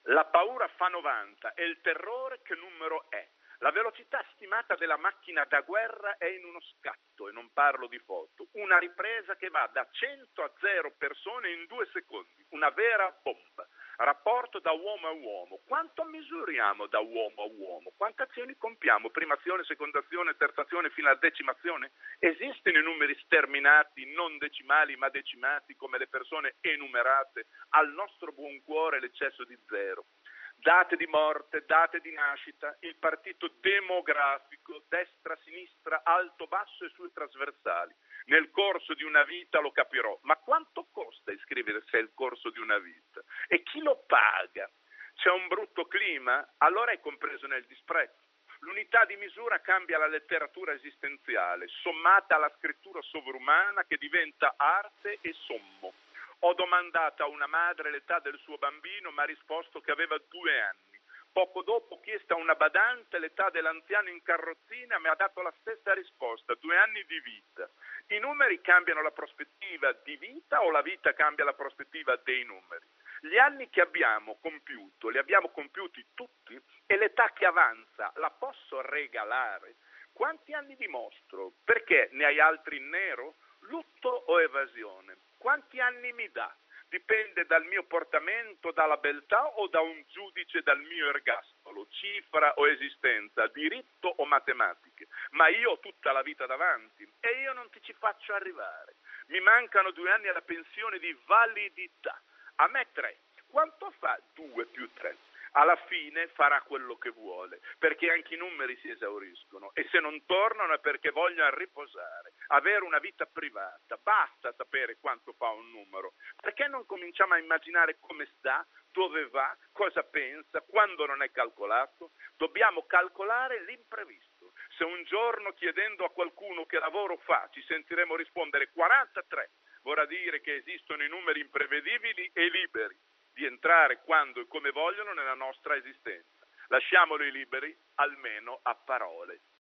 La paura fa 90 e il terrore che numero è? La velocità stimata della macchina da guerra è in uno scatto, e non parlo di foto, una ripresa che va da 100 a 0 persone in 2 secondi, una vera bomba. Rapporto da uomo a uomo, quanto misuriamo da uomo a uomo? Quante azioni compiamo? Prima azione, seconda azione, terza azione fino alla decimazione? Esistono i numeri sterminati, non decimali ma decimati, come le persone enumerate? Al nostro buon cuore l'eccesso di zero. Date di morte, date di nascita, il partito demografico, destra, sinistra, alto, basso e sui trasversali. Nel corso di una vita lo capirò, ma quanto costa iscriversi al corso di una vita? E chi lo paga? C'è un brutto clima? Allora è compreso nel disprezzo. L'unità di misura cambia la letteratura esistenziale, sommata alla scrittura sovrumana che diventa arte e sommo. Ho domandato a una madre l'età del suo bambino, ma ha risposto che aveva 2 anni. Poco dopo ho chiesto a una badante l'età dell'anziano in carrozzina, mi ha dato la stessa risposta, 2 anni di vita. I numeri cambiano la prospettiva di vita o la vita cambia la prospettiva dei numeri? Gli anni che abbiamo compiuto, li abbiamo compiuti tutti e l'età che avanza la posso regalare? Quanti anni dimostro? Perché ne hai altri in nero? Lutto o evasione? Quanti anni mi dà? Dipende dal mio portamento, dalla beltà o da un giudice dal mio ergastolo, cifra o esistenza, diritto o matematiche. Ma io ho tutta la vita davanti e io non ti ci faccio arrivare. Mi mancano 2 anni alla pensione di validità. A me 3. Quanto fa 2 più 3? Alla fine farà quello che vuole, perché anche i numeri si esauriscono e se non tornano è perché vogliono riposare, avere una vita privata. Basta sapere quanto fa un numero. Perché non cominciamo a immaginare come sta, dove va, cosa pensa, quando non è calcolato? Dobbiamo calcolare l'imprevisto. Se un giorno chiedendo a qualcuno che lavoro fa ci sentiremo rispondere 43, vorrà dire che esistono i numeri imprevedibili e liberi di entrare quando e come vogliono nella nostra esistenza. Lasciamoli liberi, almeno a parole.